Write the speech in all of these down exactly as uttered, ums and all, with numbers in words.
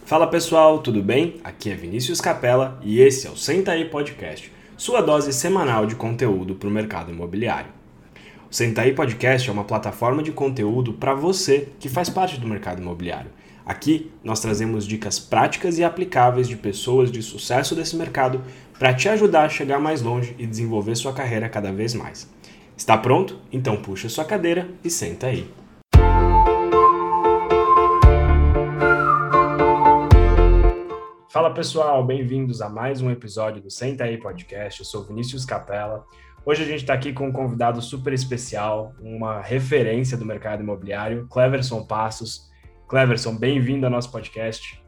Fala pessoal, tudo bem? Aqui é Vinícius Capella e esse é o Senta Aí Podcast, sua dose semanal de conteúdo para o mercado imobiliário. O Senta Aí Podcast é uma plataforma de conteúdo para você que faz parte do mercado imobiliário. Aqui nós trazemos dicas práticas e aplicáveis de pessoas de sucesso desse mercado para te ajudar a chegar mais longe e desenvolver sua carreira cada vez mais. Está pronto? Então puxa sua cadeira e senta aí. Fala pessoal, bem-vindos a mais um episódio do Senta Aí Podcast. Eu sou Vinícius Capella. Hoje a gente está aqui com um convidado super especial, uma referência do mercado imobiliário, Cleverson Passos. Cleverson, bem-vindo ao nosso podcast.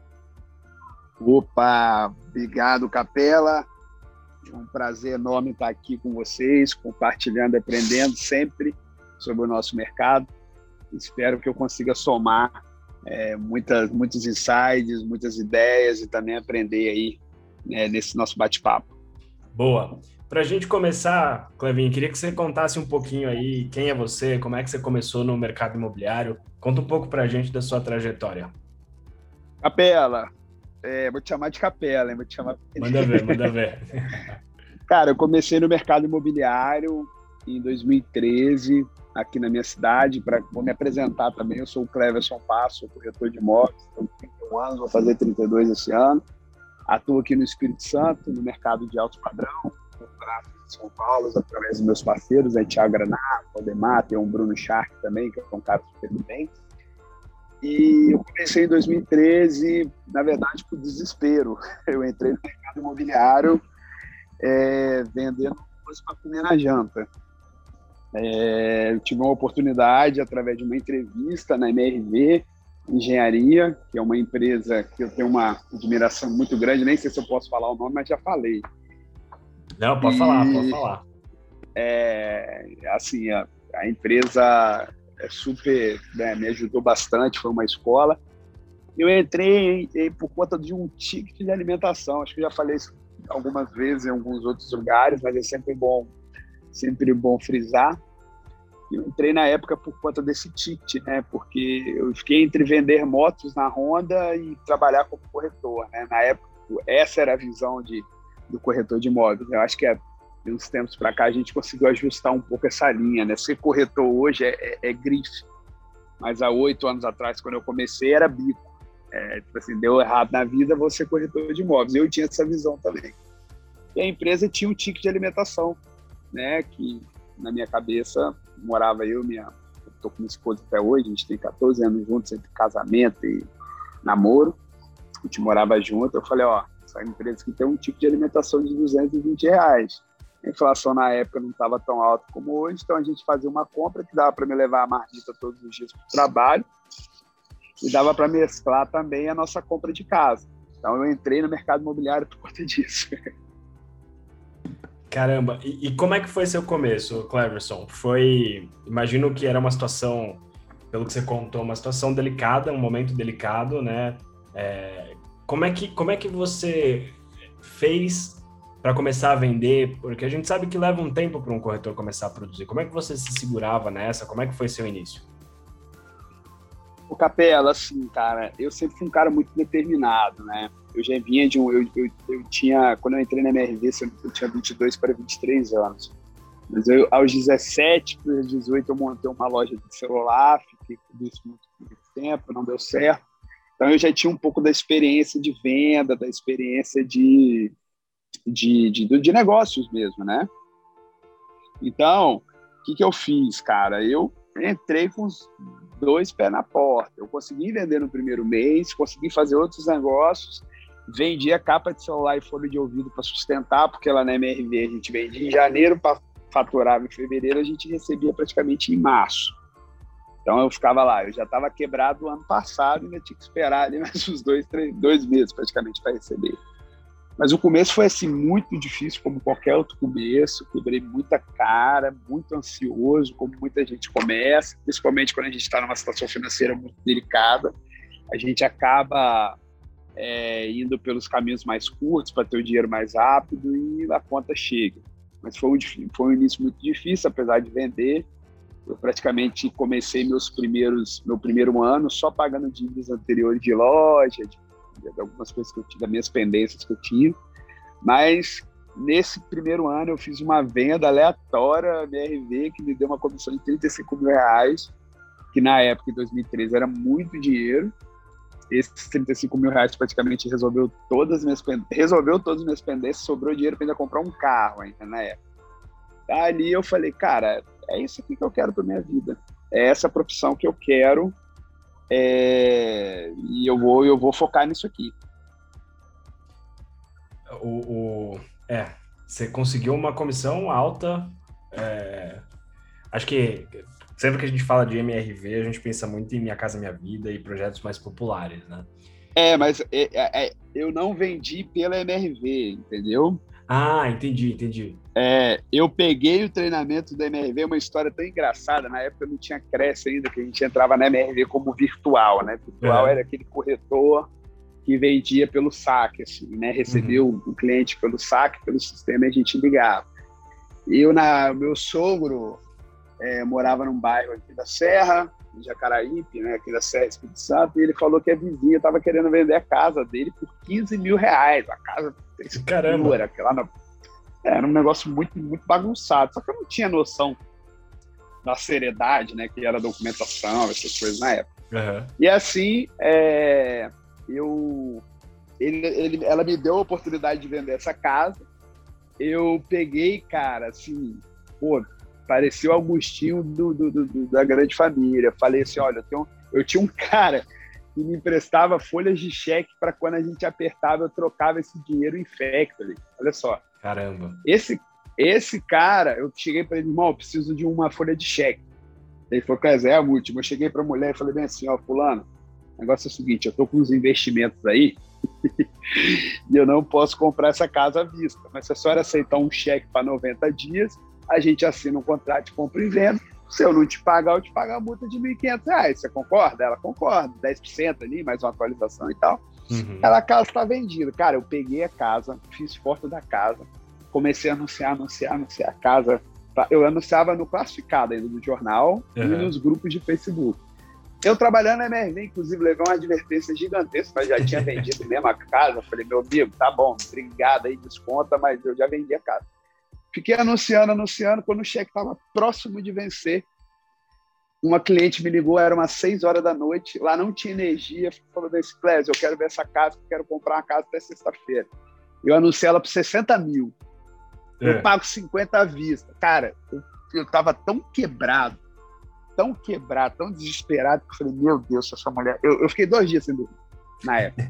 Opa, obrigado, Capella. É um prazer enorme estar aqui com vocês, compartilhando, aprendendo sempre sobre o nosso mercado. Espero que eu consiga somar é, muitas, muitos insights, muitas ideias e também aprender aí né, nesse nosso bate-papo. Boa. Para a gente começar, Clevinho, queria que você contasse um pouquinho aí quem é você, como é que você começou no mercado imobiliário. Conta um pouco para a gente da sua trajetória. Capella, é, vou te chamar de Capella, hein? Vou te chamar... Manda ver, manda ver. Cara, eu comecei no mercado imobiliário em dois mil e treze, aqui na minha cidade. Pra, vou me apresentar também, eu sou o Cleverson Passos, sou corretor de imóveis, tenho trinta e um anos, vou fazer trinta e dois esse ano. Atuo aqui no Espírito Santo, no mercado de alto padrão, em São Paulo, através dos meus parceiros, né, Thiago Granato, Valdemar, tem um Bruno Shark também, que é um cara super do bem. E eu comecei em dois mil e treze, na verdade, por desespero. Eu entrei no mercado imobiliário é, vendendo coisas para comer na janta. É, eu tive uma oportunidade, através de uma entrevista na M R V Engenharia, que é uma empresa que eu tenho uma admiração muito grande, nem sei se eu posso falar o nome, mas já falei. Não, pode e, falar, pode falar. É, assim, a, a empresa é super, né, me ajudou bastante, foi uma escola. Eu entrei em, por conta de um ticket de alimentação, acho que eu já falei isso algumas vezes em alguns outros lugares, mas é sempre bom, sempre bom frisar. Eu entrei na época por conta desse ticket, né, porque eu fiquei entre vender motos na Honda e trabalhar como corretor, né. Na época, essa era a visão de do corretor de imóveis. Eu acho que é, de uns tempos para cá a gente conseguiu ajustar um pouco essa linha, né? Ser corretor hoje é, é, é grife, mas há oito anos atrás, quando eu comecei, era bico. É, tipo assim, deu errado na vida, vou ser corretor de imóveis. Eu tinha essa visão também. E a empresa tinha um ticket de alimentação, né? Que na minha cabeça morava eu, minha, eu tô com minha esposa até hoje, a gente tem catorze anos juntos, entre casamento e namoro, a gente morava junto. Eu falei, ó, essa empresa que tem um tipo de alimentação de duzentos e vinte reais. A inflação na época não estava tão alta como hoje, então a gente fazia uma compra que dava para me levar a marmita todos os dias para o trabalho e dava para mesclar também a nossa compra de casa. Então eu entrei no mercado imobiliário por conta disso. Caramba, e, e como é que foi seu começo, Cleverson? Foi, imagino que era uma situação, pelo que você contou, uma situação delicada, um momento delicado, né? É, Como é, que, como é que você fez para começar a vender? Porque a gente sabe que leva um tempo para um corretor começar a produzir. Como é que você se segurava nessa? Como é que foi seu início? O Capella, assim, cara, eu sempre fui um cara muito determinado, né? Eu já vinha de um... Eu, eu, eu tinha... Quando eu entrei na M R V, eu tinha vinte e dois para vinte e três anos. Mas eu, aos dezessete para os dezoito, eu montei uma loja de celular, fiquei com isso muito, muito tempo, não deu certo. Então, eu já tinha um pouco da experiência de venda, da experiência de, de, de, de negócios mesmo, né? Então, o que, que eu fiz, cara? Eu entrei com os dois pés na porta. Eu consegui vender no primeiro mês, consegui fazer outros negócios, vendi a capa de celular e fone de ouvido para sustentar, porque lá na M R V a gente vendia em janeiro, para faturar em fevereiro, a gente recebia praticamente em março. Então eu ficava lá, eu já estava quebrado o ano passado e ainda tinha que esperar ali mais uns dois, três, dois meses praticamente para receber. Mas o começo foi assim muito difícil, como qualquer outro começo, quebrei muita cara, muito ansioso, como muita gente começa, principalmente quando a gente está numa situação financeira muito delicada, a gente acaba é, indo pelos caminhos mais curtos para ter o dinheiro mais rápido e a conta chega. Mas foi um, foi um início muito difícil, apesar de vender. Eu praticamente comecei meus primeiros, meu primeiro ano só pagando dívidas anteriores de loja, de de algumas coisas que eu tinha, das minhas pendências que eu tinha, mas nesse primeiro ano eu fiz uma venda aleatória M R V que me deu uma comissão de trinta e cinco mil reais, que na época, em dois mil e treze, era muito dinheiro. Esses trinta e cinco mil reais praticamente resolveu todas as minhas pendências, resolveu todas as minhas pendências, sobrou dinheiro para ainda comprar um carro ainda na época. Ali eu falei, cara, é isso aqui que eu quero para minha vida, é essa profissão que eu quero, é... e eu vou, eu vou focar nisso aqui. O, o... É, você conseguiu uma comissão alta, é... acho que sempre que a gente fala de M R V, a gente pensa muito em Minha Casa Minha Vida e projetos mais populares, né? É, mas é, é, é, eu não vendi pela M R V, entendeu? Ah, entendi, entendi. É, eu peguei o treinamento da M R V, uma história tão engraçada, na época não tinha Cresce ainda, que a gente entrava na M R V como virtual, né? Virtual é. Era aquele corretor que vendia pelo saque, assim, né? Recebeu uhum. o cliente pelo saque, pelo sistema, e a gente ligava. Eu, na, meu sogro é, morava num bairro aqui da Serra, em Jacaraípe, né? Aqui da Serra, Espírito Santo, e ele falou que a vizinha estava querendo vender a casa dele por quinze mil reais. A casa... Caramba! Era, lá na, era um negócio muito, muito bagunçado, só que eu não tinha noção da seriedade, né? Que era documentação, essas coisas na época. Uhum. E assim, é, eu, ele, ele, ela me deu a oportunidade de vender essa casa. Eu peguei, cara, assim, pô, parecia o Augustinho do, do, do, da Grande Família. Falei assim, olha, eu, tenho, eu tinha um cara que me emprestava folhas de cheque para quando a gente apertava, eu trocava esse dinheiro em Factory. Olha só. Caramba. Esse, esse cara, eu cheguei para ele, irmão, eu preciso de uma folha de cheque. Ele falou, Clésio, é a última. Eu cheguei para a mulher e falei bem assim, ó, fulano, o negócio é o seguinte, eu tô com uns investimentos aí e eu não posso comprar essa casa à vista, mas se a senhora aceitar um cheque para noventa dias, a gente assina um contrato de compra e venda. Se eu não te pagar, eu te pago a multa de mil e quinhentos reais. Você concorda? Ela concorda, dez por cento ali, mais uma atualização e tal. Uhum. Ela, a casa está vendida. Cara, eu peguei a casa, fiz foto da casa, comecei a anunciar, anunciar, anunciar a casa. Eu anunciava no classificado ainda do jornal uhum. e nos grupos de Facebook. Eu trabalhando na M R V, inclusive, levei uma advertência gigantesca, mas já tinha vendido mesmo a casa. Falei, meu amigo, tá bom, obrigado aí, desconta, mas eu já vendi a casa. Fiquei anunciando, anunciando, quando o cheque estava próximo de vencer, uma cliente me ligou, era umas seis horas da noite, lá não tinha energia, falou desse, Clésio, eu quero ver essa casa, eu quero comprar uma casa até sexta-feira. Eu anunciei ela por sessenta mil. É. Eu pago cinquenta à vista. Cara, eu, eu tava tão quebrado, tão quebrado, tão desesperado, que eu falei, meu Deus, essa mulher... Eu, eu fiquei dois dias sem dormir, na época.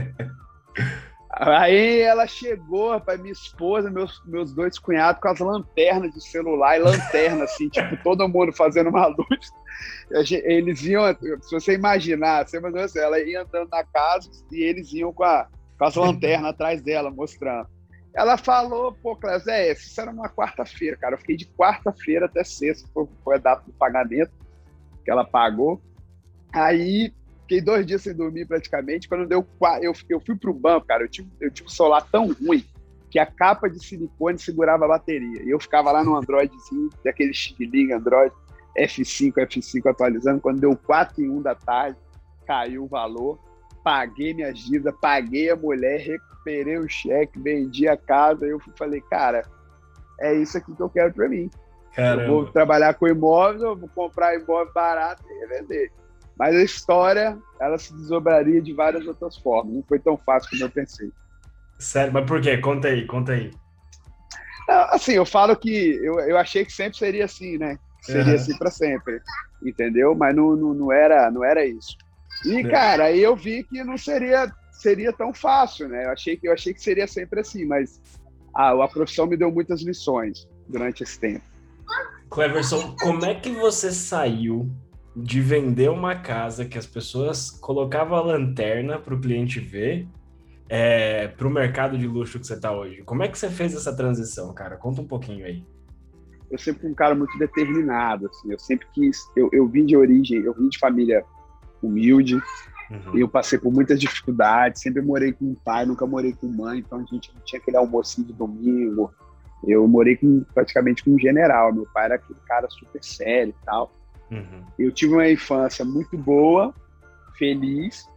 Aí ela chegou, rapaz, minha esposa, meus, meus dois cunhados com as lanternas de celular e lanterna, assim, tipo, todo mundo fazendo uma luz. Eles iam, se você imaginar, você imagina assim, ela ia andando na casa e eles iam com, a, com as lanternas atrás dela, mostrando. Ela falou, pô, Clésio, é, isso era uma quarta-feira, cara. Eu fiquei de quarta-feira até sexta, foi, foi a data do pagamento que ela pagou. Aí... Fiquei dois dias sem dormir praticamente. Quando deu eu, eu fui pro banco, cara, eu tinha, eu tinha um celular tão ruim que a capa de silicone segurava a bateria. E eu ficava lá no Androidzinho, daquele estilingue Android, F cinco, F cinco atualizando. Quando deu quatro e um da tarde, caiu o valor, paguei minha dívida, paguei a mulher, recuperei o cheque, vendi a casa. Eu falei, cara, é isso aqui que eu quero pra mim. Caramba. Eu vou trabalhar com imóveis, eu vou comprar imóvel barato e revender. Mas a história, ela se desdobraria de várias outras formas. Não foi tão fácil como eu pensei. Sério? Mas por quê? Conta aí, conta aí. Assim, eu falo que eu, eu achei que sempre seria assim, né? Seria uhum. assim para sempre, entendeu? Mas não, não, não, era, não era isso. E, é. cara, aí eu vi que não seria, seria tão fácil, né? Eu achei que, eu achei que seria sempre assim, mas a, a profissão me deu muitas lições durante esse tempo. Cleverson, como é que você saiu de vender uma casa que as pessoas colocavam a lanterna para o cliente ver é, para o mercado de luxo que você está hoje? Como é que você fez essa transição, cara? Conta um pouquinho aí. Eu sempre fui um cara muito determinado, assim, eu sempre quis, eu, eu vim de origem, eu vim de família humilde, uhum. eu passei por muitas dificuldades, sempre morei com pai, nunca morei com mãe, então a gente não tinha aquele almocinho de domingo, eu morei com, praticamente com um general, meu pai era aquele cara super sério e tal. Uhum. Eu tive uma infância muito boa, feliz,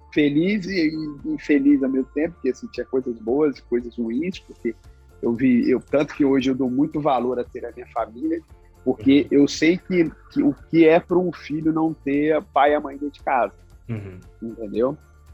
feliz e, e infeliz ao mesmo tempo, porque assim, tinha coisas boas e coisas ruins, porque eu vi, eu, tanto que hoje eu dou muito valor a ter a minha família, porque uhum. eu sei que, que o que é para um filho não ter pai e mãe dentro de casa, uhum. entendeu?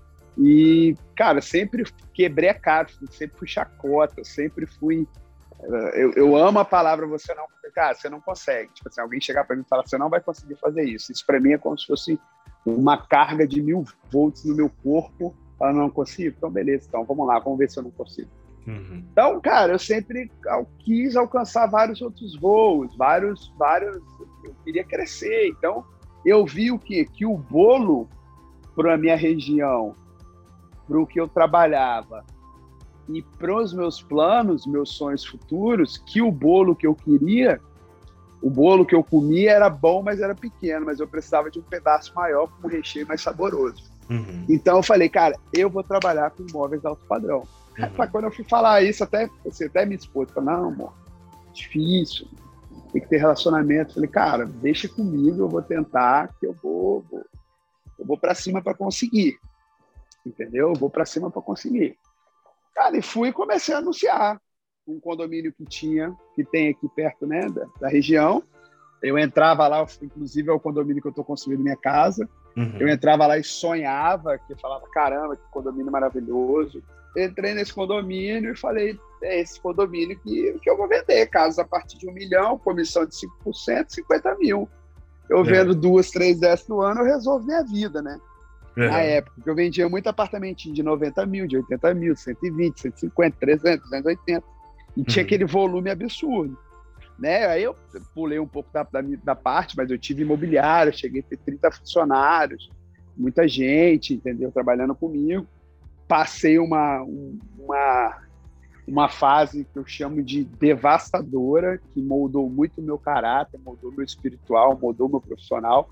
E, cara, sempre quebrei a cara, sempre fui chacota, sempre fui... Eu, eu amo a palavra você não... Cara, você não consegue. Tipo assim, alguém chegar para mim e falar, você não vai conseguir fazer isso. Isso para mim é como se fosse uma carga de mil volts no meu corpo. Eu não consigo? Então, beleza. Então, vamos lá, vamos ver se eu não consigo. Uhum. Então, cara, eu sempre quis alcançar vários outros voos, vários, vários... Eu queria crescer. Então, eu vi o quê? Que o bolo para a minha região, para o que eu trabalhava e para os meus planos, meus sonhos futuros, que o bolo que eu queria, o bolo que eu comia era bom, mas era pequeno, mas eu precisava de um pedaço maior com um recheio mais saboroso. Uhum. Então eu falei, cara, eu vou trabalhar com móveis de alto padrão. Uhum. Quando eu fui falar isso, até, assim, até me expôs, falei, não, amor, difícil, tem que ter relacionamento. Eu falei, cara, deixa comigo, eu vou tentar, que eu vou, vou eu vou para cima para conseguir. Entendeu? Eu vou para cima para conseguir. Cara, e fui e comecei a anunciar um condomínio que tinha, que tem aqui perto, né, da, da região. Eu entrava lá, inclusive é o condomínio que eu estou construindo minha casa. Uhum. Eu entrava lá e sonhava, que eu falava, caramba, que condomínio maravilhoso. Entrei nesse condomínio e falei, é esse condomínio que, que eu vou vender, casas a partir de um milhão, comissão de cinco por cento, cinquenta mil. Eu é. vendo duas, três dessas no ano, eu resolvo minha vida, né? Uhum. Na época, eu vendia muito apartamentinho de noventa mil, de oitenta mil, cento e vinte, cento e cinquenta, trezentos, duzentos e oitenta. E uhum. tinha aquele volume absurdo. Né? Aí eu pulei um pouco da, da, da parte, mas eu tive imobiliário, cheguei a ter trinta funcionários, muita gente, entendeu? Trabalhando comigo. Passei uma, uma, uma fase que eu chamo de devastadora, que moldou muito o meu caráter, moldou o meu espiritual, moldou o meu profissional.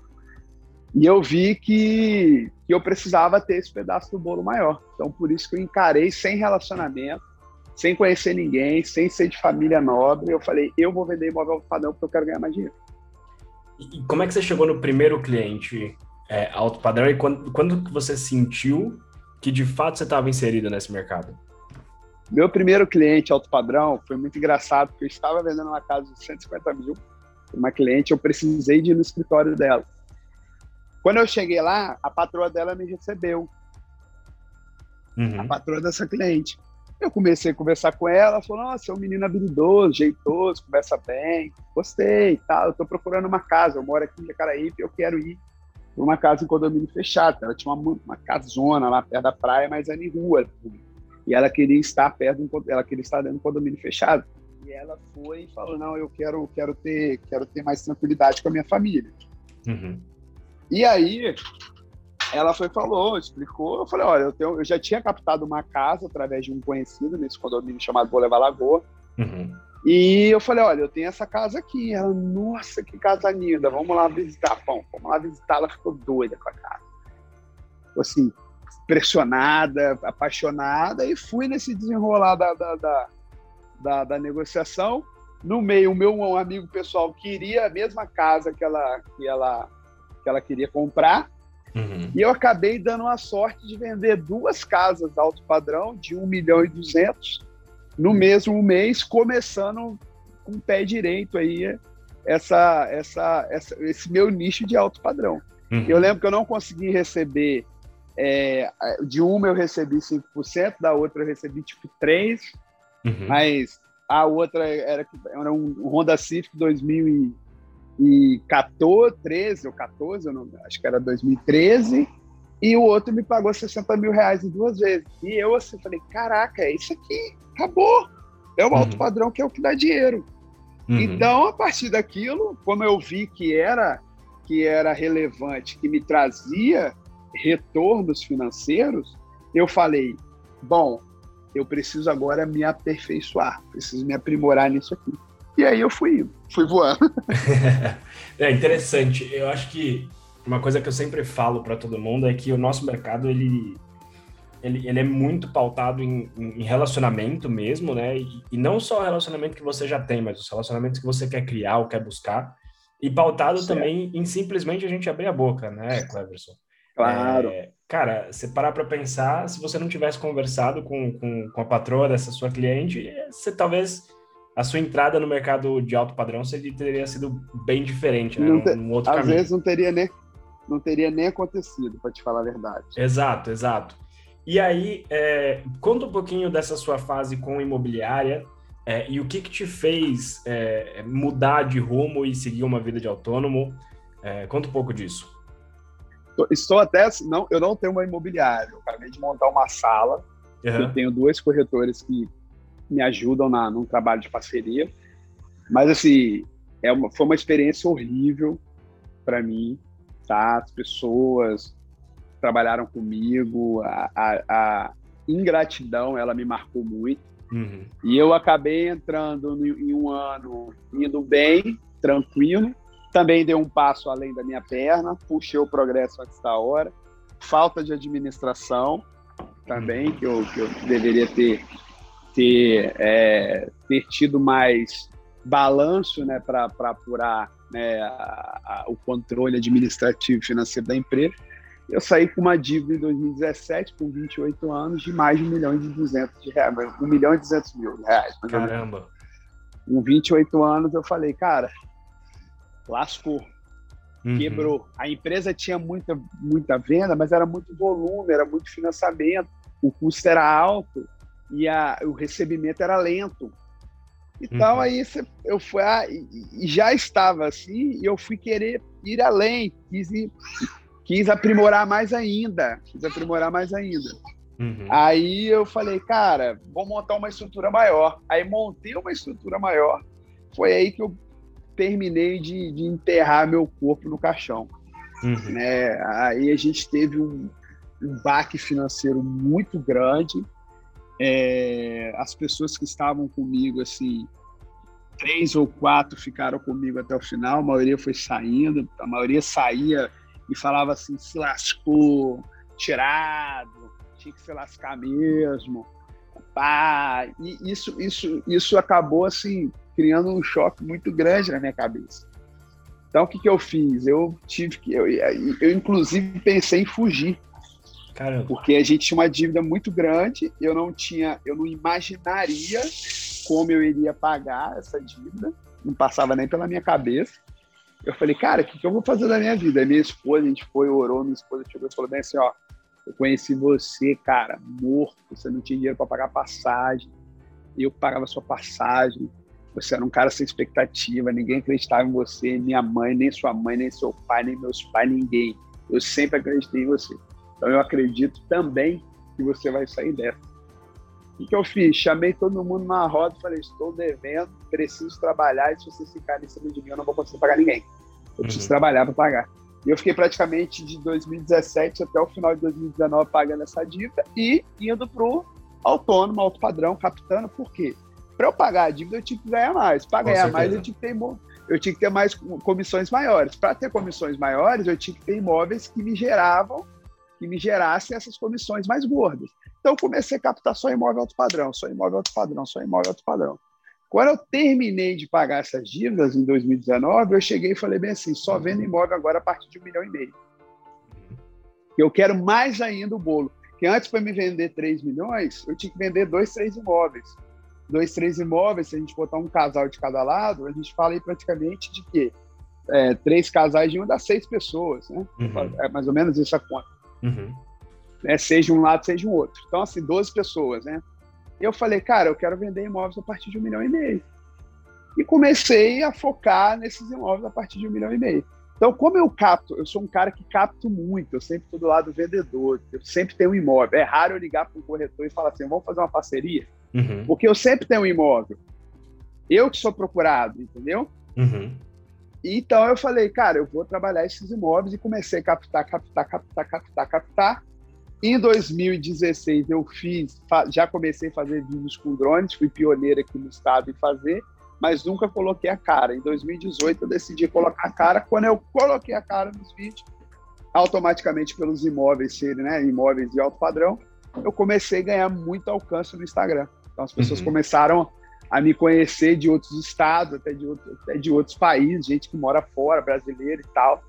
E eu vi que, que eu precisava ter esse pedaço do bolo maior. Então, por isso que eu encarei sem relacionamento, sem conhecer ninguém, sem ser de família nobre. Eu falei, eu vou vender imóvel alto padrão porque eu quero ganhar mais dinheiro. E como é que você chegou no primeiro cliente é, alto padrão e quando, quando você sentiu que de fato você estava inserido nesse mercado? Meu primeiro cliente alto padrão foi muito engraçado, porque eu estava vendendo uma casa de cento e cinquenta mil para uma cliente, eu precisei de ir no escritório dela. Quando eu cheguei lá, a patroa dela me recebeu. Uhum. A patroa dessa cliente. Eu comecei a conversar com ela, ela falou, nossa, é um menino habilidoso, jeitoso, conversa bem, gostei, tá, eu tô procurando uma casa, eu moro aqui em Jacaraípe, eu quero ir para uma casa em condomínio fechado. Ela tinha uma, uma casona lá perto da praia, mas era em rua. E ela queria estar perto, de, ela queria estar dentro de um condomínio fechado. E ela foi e falou, não, eu quero, quero, ter, quero ter mais tranquilidade com a minha família. Uhum. E aí, ela foi falou, explicou, eu falei, olha, eu, tenho, eu já tinha captado uma casa através de um conhecido nesse condomínio chamado Boulevard Lagoa, uhum. E eu falei, olha, eu tenho essa casa aqui. Ela, nossa, que casa linda, vamos lá visitar. Bom, vamos lá visitar, ela ficou doida com a casa. Ficou assim, pressionada, apaixonada, e fui nesse desenrolar da, da, da, da, da negociação. No meio, o meu um amigo pessoal queria a mesma casa que ela, que ela, que ela queria comprar, uhum. E eu acabei dando a sorte de vender duas casas de alto padrão, de um milhão e duzentos, no mesmo mês, começando com o pé direito aí, essa, essa, essa, esse meu nicho de alto padrão. Uhum. Eu lembro que eu não consegui receber, é, de uma eu recebi cinco por cento, da outra eu recebi tipo três por cento, uhum. Mas a outra era, era um Honda Civic dois mil e quatorze, treze ou quatorze, eu não, acho que era dois mil e treze, e o outro me pagou sessenta mil reais em duas vezes. E eu assim falei, caraca, é isso aqui, acabou. É o uhum. alto padrão que é o que dá dinheiro. Uhum. Então, a partir daquilo, como eu vi que era, que era relevante, que me trazia retornos financeiros, eu falei, bom, eu preciso agora me aperfeiçoar, preciso me aprimorar nisso aqui. E aí eu fui, fui voando. É interessante. Eu acho que uma coisa que eu sempre falo para todo mundo é que o nosso mercado, ele, ele, ele é muito pautado em, em relacionamento mesmo, né? E, e não só o relacionamento que você já tem, mas os relacionamentos que você quer criar ou quer buscar. E pautado certo. Também em simplesmente a gente abrir a boca, né, Cleverson? Claro. É, cara, você parar para pensar, se você não tivesse conversado com, com, com a patroa dessa sua cliente, você talvez a sua entrada no mercado de alto padrão seria, teria sido bem diferente, né? Não Num, te... num outro Às caminho. vezes não teria nem, não teria nem acontecido, para te falar a verdade. Exato, exato. E aí, é, conta um pouquinho dessa sua fase com imobiliária é, e o que que te fez é, mudar de rumo e seguir uma vida de autônomo. É, conta um pouco disso. Estou até, não, eu não tenho uma imobiliária, eu acabei de montar uma sala, uhum. Eu tenho dois corretores que me ajudam na, num trabalho de parceria, mas assim, é uma, foi uma experiência horrível para mim, tá? As pessoas trabalharam comigo, a, a, a ingratidão, ela me marcou muito, uhum. E eu acabei entrando em um ano indo bem, tranquilo, também dei um passo além da minha perna, puxei o progresso antes da hora, falta de administração também, que eu, que eu deveria ter, ter, é, ter tido mais balanço, né, para apurar, né, a, a, o controle administrativo e financeiro da empresa. Eu saí com uma dívida em dois mil e dezessete, com vinte e oito anos, de mais de um milhão e duzentos de reais, um milhão e duzentos mil reais. Caramba! Com vinte e oito anos, eu falei, cara, lascou, uhum. Quebrou. A empresa tinha muita, muita venda, mas era muito volume, era muito financiamento, o custo era alto e a, o recebimento era lento. Então, uhum. Aí eu fui, ah, e, e já estava assim, e eu fui querer ir além, quis, ir, quis aprimorar mais ainda, quis aprimorar mais ainda. Uhum. Aí eu falei, cara, vou montar uma estrutura maior. Aí montei uma estrutura maior, foi aí que eu terminei de, de enterrar meu corpo no caixão. Uhum. Né? Aí a gente teve um, um baque financeiro muito grande. É, as pessoas que estavam comigo, assim, três ou quatro ficaram comigo até o final, a maioria foi saindo, a maioria saía e falava assim, se lascou, tirado, tinha que se lascar mesmo. Pá. E isso, isso, isso acabou, assim, criando um choque muito grande na minha cabeça. Então, o que, que eu fiz? Eu tive que... Eu, eu, eu, inclusive, pensei em fugir. Caramba. Porque a gente tinha uma dívida muito grande, eu não tinha... Eu não imaginaria como eu iria pagar essa dívida. Não passava nem pela minha cabeça. Eu falei, cara, o que, que eu vou fazer da minha vida? A minha esposa, a gente foi, orou, minha esposa chegou e falou bem assim, ó, eu conheci você, cara, morto, você não tinha dinheiro para pagar passagem, eu pagava sua passagem, você era um cara sem expectativa, ninguém acreditava em você, minha mãe, nem sua mãe, nem seu pai, nem meus pais, ninguém. Eu sempre acreditei em você. Então eu acredito também que você vai sair dessa. O que eu fiz? Chamei todo mundo na roda e falei, estou devendo, preciso trabalhar e se vocês ficarem em cima de mim, eu não vou conseguir pagar ninguém. Eu preciso uhum. trabalhar para pagar. E eu fiquei praticamente de dois mil e dezessete até o final de dois mil e dezenove pagando essa dívida e indo para o autônomo, alto padrão, captando. Por quê? Para eu pagar a dívida, eu tinha que ganhar mais. Para ganhar mais, eu tinha que ter, eu tinha que ter mais comissões maiores. Para ter comissões maiores, eu tinha que ter imóveis que me geravam, que me gerassem essas comissões mais gordas. Então, eu comecei a captar só imóvel alto padrão, só imóvel alto padrão, só imóvel alto padrão. Quando eu terminei de pagar essas dívidas, em dois mil e dezenove, eu cheguei e falei bem assim, só vendo imóvel agora a partir de um milhão e meio. Eu quero mais ainda o bolo. Porque antes, para me vender três milhões, eu tinha que vender dois, três imóveis. Dois, três imóveis, se a gente botar um casal de cada lado, a gente fala aí praticamente de quê? É, três casais de um dá seis pessoas, né? Uhum. É mais ou menos isso a conta. Uhum. É, seja um lado, seja um outro. Então, assim, doze pessoas, né? E eu falei, cara, eu quero vender imóveis a partir de um milhão e meio. E comecei a focar nesses imóveis a partir de um milhão e meio. Então, como eu capto, eu sou um cara que capto muito, eu sempre estou do lado do vendedor, eu sempre tenho um imóvel. É raro eu ligar para um corretor e falar assim, vamos fazer uma parceria? Uhum. Porque eu sempre tenho um imóvel. Eu que sou procurado, entendeu? Uhum. Então, eu falei, cara, eu vou trabalhar esses imóveis e comecei a captar, captar, captar, captar, captar. Em dois mil e dezesseis, eu fiz, já comecei a fazer vídeos com drones, fui pioneiro aqui no estado em fazer, mas nunca coloquei a cara. Em dois mil e dezoito, eu decidi colocar a cara. Quando eu coloquei a cara nos vídeos, automaticamente pelos imóveis serem, né, imóveis de alto padrão, eu comecei a ganhar muito alcance no Instagram. Então, as pessoas uhum. começaram a me conhecer de outros estados, até de, outro, até de outros países, gente que mora fora, brasileiro e tal.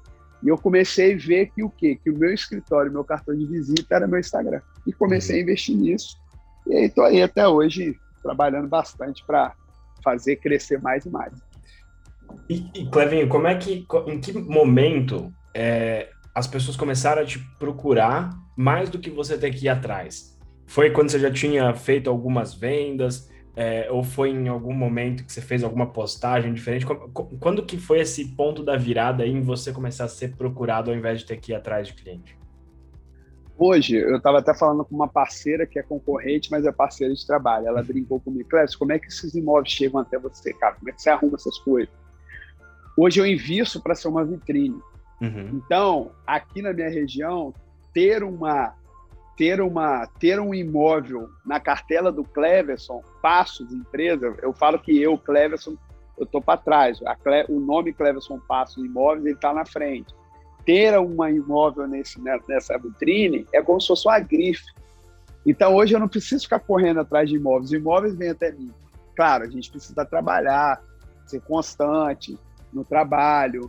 E eu comecei a ver que o quê? Que o meu escritório, meu cartão de visita era meu Instagram. E comecei uhum. a investir nisso. E aí estou aí até hoje trabalhando bastante para fazer crescer mais e mais. E, e Clevinho, como é que, em que momento é, as pessoas começaram a te procurar mais do que você ter que ir atrás? Foi quando você já tinha feito algumas vendas? É, ou foi em algum momento que você fez alguma postagem diferente? Quando que foi esse ponto da virada aí em você começar a ser procurado ao invés de ter que ir atrás de cliente? Hoje, eu estava até falando com uma parceira que é concorrente, mas é parceira de trabalho. Ela brincou comigo, Clécio, como é que esses imóveis chegam até você, cara? Como é que você arruma essas coisas? Hoje eu invisto para ser uma vitrine. Uhum. Então, aqui na minha região, ter uma... ter uma ter um imóvel na cartela do Cleverson, Passos, empresa, eu falo que eu, Cleverson, eu estou para trás. A Cle, o nome Cleverson Passos Imóveis, ele está na frente. Ter uma imóvel nesse, nessa vitrine é como se fosse uma grife. Então, hoje eu não preciso ficar correndo atrás de imóveis. Os imóveis vêm até mim. Claro, a gente precisa trabalhar, ser constante no trabalho,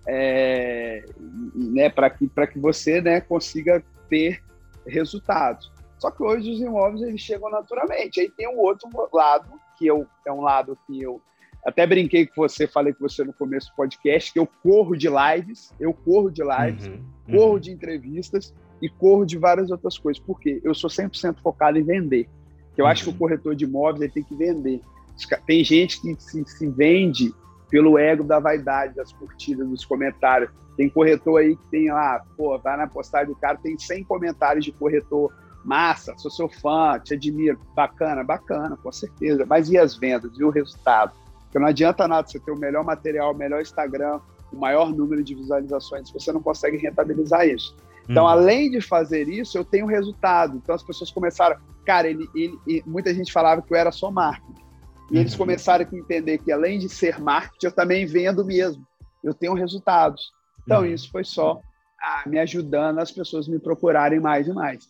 é, né, para que, para que você, né, consiga ter resultados. Só que hoje os imóveis eles chegam naturalmente. Aí tem um outro lado, que eu, é um lado que eu até brinquei com você, falei com você no começo do podcast, que eu corro de lives, eu corro de lives, uhum, uhum. corro de entrevistas e corro de várias outras coisas. Por quê? Eu sou cem por cento focado em vender. Eu uhum. acho que o corretor de imóveis ele tem que vender. Tem gente que se, se vende pelo ego da vaidade, das curtidas, dos comentários. Tem corretor aí que tem lá, pô, vai na postagem do cara, tem cem comentários de corretor. Massa, sou seu fã, te admiro. Bacana, bacana, com certeza. Mas e as vendas? E o resultado? Porque não adianta nada você ter o melhor material, o melhor Instagram, o maior número de visualizações, se você não consegue rentabilizar isso. Então, hum. além de fazer isso, eu tenho resultado. Então, as pessoas começaram... Cara, ele, ele, ele, muita gente falava que eu era só marketing. E eles começaram a entender que, além de ser marketing, eu também vendo mesmo. Eu tenho resultados. Então, uhum. isso foi só ah, me ajudando as pessoas me procurarem mais e mais.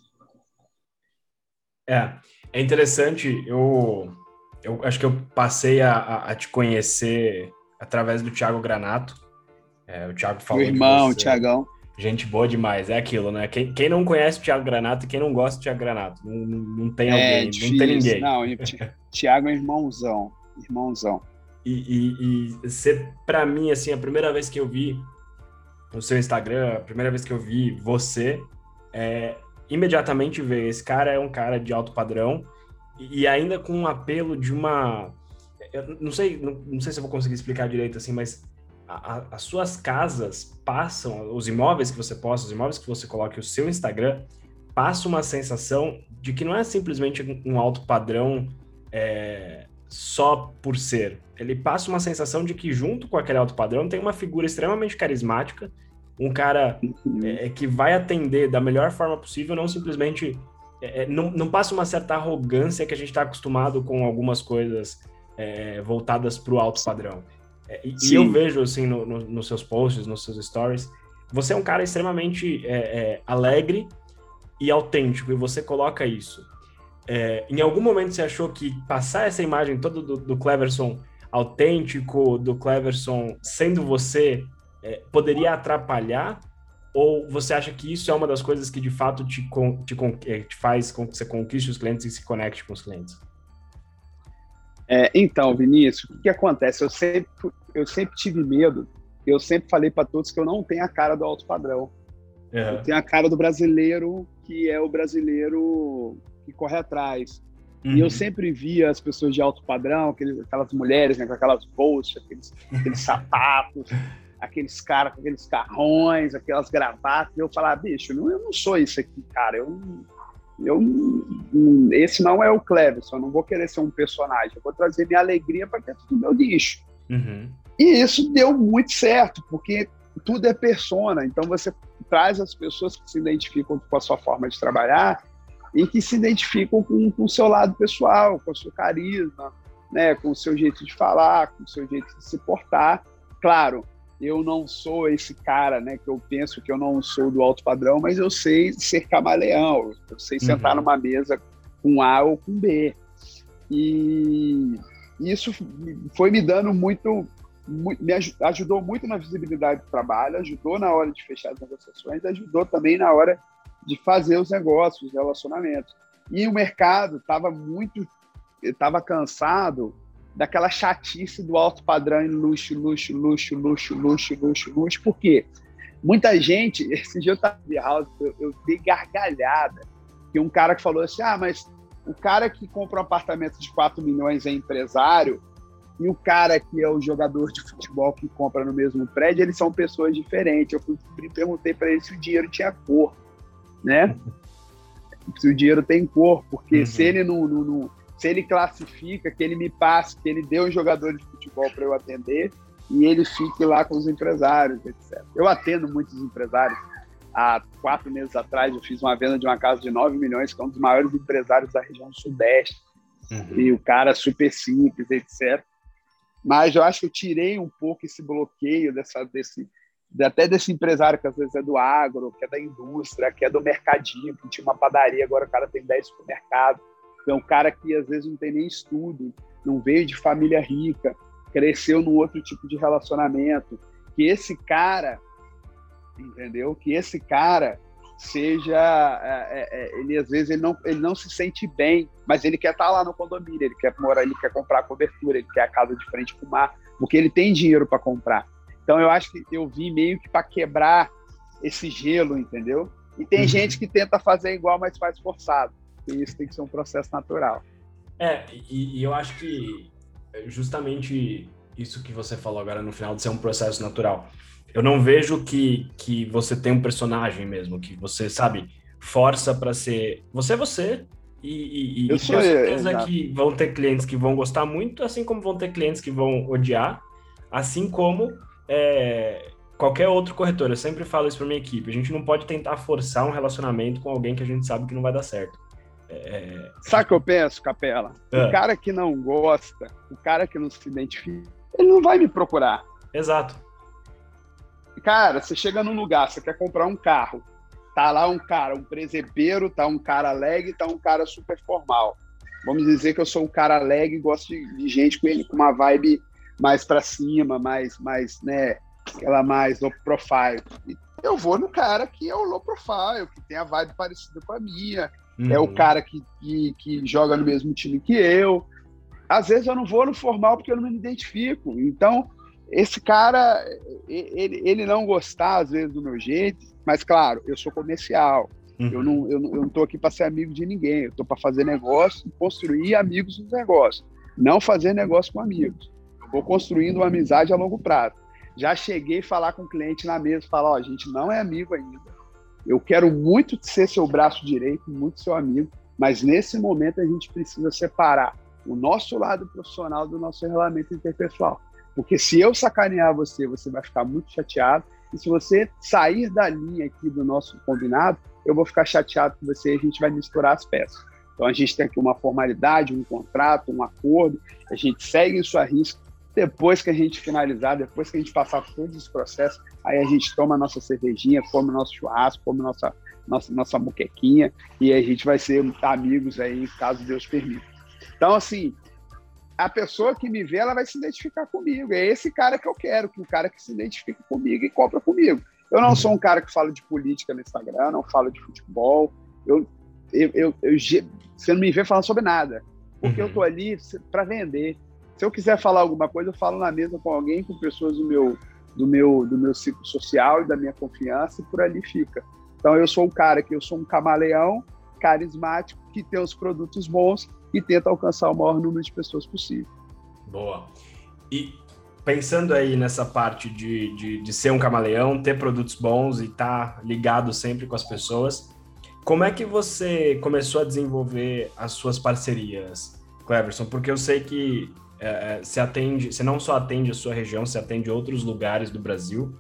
É, é interessante. Eu, eu acho que eu passei a, a, a te conhecer através do Thiago Granato. É, o Thiago falou Meu irmão, de você. Thiagão. Gente boa demais, é aquilo, né? Quem, quem não conhece o Thiago Granato e quem não gosta do Thiago Granato, não, não, não tem é alguém, difícil. não tem ninguém. Não, Thiago é irmãozão, irmãozão. E, e, e ser, pra mim, assim, a primeira vez que eu vi o seu Instagram, a primeira vez que eu vi você, é, imediatamente ver, esse cara é um cara de alto padrão e, e ainda com um apelo de uma... Eu não sei, não, não sei se eu vou conseguir explicar direito, assim, mas... A, a, as suas casas passam, os imóveis que você posta, os imóveis que você coloca, o seu Instagram, passa uma sensação de que não é simplesmente um alto padrão é, só por ser. Ele passa uma sensação de que junto com aquele alto padrão tem uma figura extremamente carismática, um cara é, que vai atender da melhor forma possível, não simplesmente... É, não, não passa uma certa arrogância que a gente está acostumado com algumas coisas é, voltadas para o alto padrão. E, e eu vejo, assim, no, no, nos seus posts, nos seus stories, você é um cara extremamente é, é, alegre e autêntico, e você coloca isso. É, em algum momento você achou que passar essa imagem toda do, do Cleverson autêntico, do Cleverson sendo você, é, poderia atrapalhar? Ou você acha que isso é uma das coisas que, de fato, te, te, te faz com que você conquiste os clientes e se conecte com os clientes? É, então, Vinícius, o que, que acontece? Eu sempre, eu sempre tive medo, eu sempre falei para todos que eu não tenho a cara do alto padrão. Uhum. Eu tenho a cara do brasileiro, que é o brasileiro que corre atrás. Uhum. E eu sempre via as pessoas de alto padrão, aqueles, aquelas mulheres, né, com aquelas bolsas, aqueles, aqueles sapatos, aqueles caras com aqueles carrões, aquelas gravatas. E eu falava, bicho, eu não, eu não sou isso aqui, cara. Eu Eu, esse não é o Cleverson, eu não vou querer ser um personagem, eu vou trazer minha alegria para dentro do meu nicho. Uhum. E isso deu muito certo, porque tudo é persona, então você traz as pessoas que se identificam com a sua forma de trabalhar e que se identificam com, com o seu lado pessoal, com o seu carisma, né, com o seu jeito de falar, com o seu jeito de se portar. Claro, eu não sou esse cara, né, que eu penso que eu não sou do alto padrão, mas eu sei ser camaleão, eu sei sentar uhum. numa mesa com A ou com B. E isso foi me dando muito, me ajudou muito na visibilidade do trabalho, ajudou na hora de fechar as negociações, ajudou também na hora de fazer os negócios, os relacionamentos. E o mercado estava muito, estava cansado daquela chatice do alto padrão em luxo, luxo, luxo, luxo, luxo, luxo, luxo. Por quê? Muita gente, esse dia eu estava em house, eu, eu dei gargalhada, que um cara que falou assim, ah, mas o cara que compra um apartamento de quatro milhões é empresário, e o cara que é o jogador de futebol que compra no mesmo prédio, eles são pessoas diferentes. Eu fui, perguntei para ele se o dinheiro tinha cor, né? Se o dinheiro tem cor, porque uhum. se ele não, não, não, se ele classifica, que ele me passe, que ele dê um jogador de futebol para eu atender e ele fique lá com os empresários, etcétera. Eu atendo muitos empresários. Há quatro meses atrás eu fiz uma venda de uma casa de nove milhões, que é um dos maiores empresários da região sudeste. Uhum. E o cara super simples, etcétera. Mas eu acho que eu tirei um pouco esse bloqueio dessa, desse, até desse empresário que às vezes é do agro, que é da indústria, que é do mercadinho, que tinha uma padaria, agora o cara tem dez supermercados. Então, um cara que às vezes não tem nem estudo, não veio de família rica, cresceu num outro tipo de relacionamento. Que esse cara, entendeu? Que esse cara seja... É, é, ele às vezes ele não, ele não se sente bem, mas ele quer estar lá no condomínio, ele quer morar, ele quer comprar a cobertura, ele quer a casa de frente com o mar, porque ele tem dinheiro para comprar. Então eu acho que eu vim meio que para quebrar esse gelo, entendeu? E tem uhum. gente que tenta fazer igual, mas faz forçado. E isso tem que ser um processo natural. É, e, e eu acho que justamente isso que você falou agora no final de ser um processo natural. Eu não vejo que, que você tem um personagem mesmo, que você, sabe, força para ser... Você é você, e, e, eu e sou tenho certeza eu, que vão ter clientes que vão gostar muito, assim como vão ter clientes que vão odiar, assim como é, qualquer outro corretor. Eu sempre falo isso para minha equipe, a gente não pode tentar forçar um relacionamento com alguém que a gente sabe que não vai dar certo. É... Sabe o que eu penso, Capela? É. O cara que não gosta, o cara que não se identifica, ele não vai me procurar. Exato. Cara, você chega num lugar, você quer comprar um carro, tá lá um cara, um presepeiro, tá um cara alegre, tá um cara super formal. Vamos dizer que eu sou um cara alegre e gosto de, de gente com ele com uma vibe mais pra cima, mais, mais, né, aquela mais low profile. Eu vou no cara que é o low profile, que tem a vibe parecida com a minha, uhum. é o cara que, que, que joga no mesmo time que eu. Às vezes eu não vou no formal porque eu não me identifico. Então, esse cara, ele, ele não gostar, às vezes, do meu jeito, mas, claro, eu sou comercial. Uhum. Eu não eu não, eu não tô aqui para ser amigo de ninguém. Eu tô para fazer negócio e construir amigos nos negócios. Não fazer negócio com amigos. Eu vou construindo uma amizade a longo prazo. Já cheguei a falar com o cliente na mesa, falar, ó, a gente não é amigo ainda. Eu quero muito ser seu braço direito, muito seu amigo, mas nesse momento a gente precisa separar o nosso lado profissional do nosso relacionamento interpessoal. Porque se eu sacanear você, você vai ficar muito chateado. E se você sair da linha aqui do nosso combinado, eu vou ficar chateado com você e a gente vai misturar as peças. Então a gente tem aqui uma formalidade, um contrato, um acordo. A gente segue isso à risca. Depois que a gente finalizar, depois que a gente passar por todos os processos, aí a gente toma a nossa cervejinha, come o nosso churrasco, come a nossa, nossa, nossa muquequinha e a gente vai ser amigos aí, caso Deus permita. Então, assim... a pessoa que me vê, ela vai se identificar comigo. É esse cara que eu quero, que o cara que se identifica comigo e compra comigo. Eu não sou um cara que fala de política no Instagram, não falo de futebol. Eu, eu, eu, eu, você não me vê falando sobre nada, porque uhum. eu tô ali para vender. Se eu quiser falar alguma coisa, eu falo na mesa com alguém, com pessoas do meu, do meu, do meu ciclo social e da minha confiança, e por ali fica. Então, eu sou um cara que eu sou um camaleão carismático, que tem os produtos bons e tenta alcançar o maior número de pessoas possível. Boa. E pensando aí nessa parte de, de, de ser um camaleão, ter produtos bons e estar tá ligado sempre com as pessoas, como é que você começou a desenvolver as suas parcerias, Cleverson? Porque eu sei que é, você atende, você não só atende a sua região, você atende outros lugares do Brasil.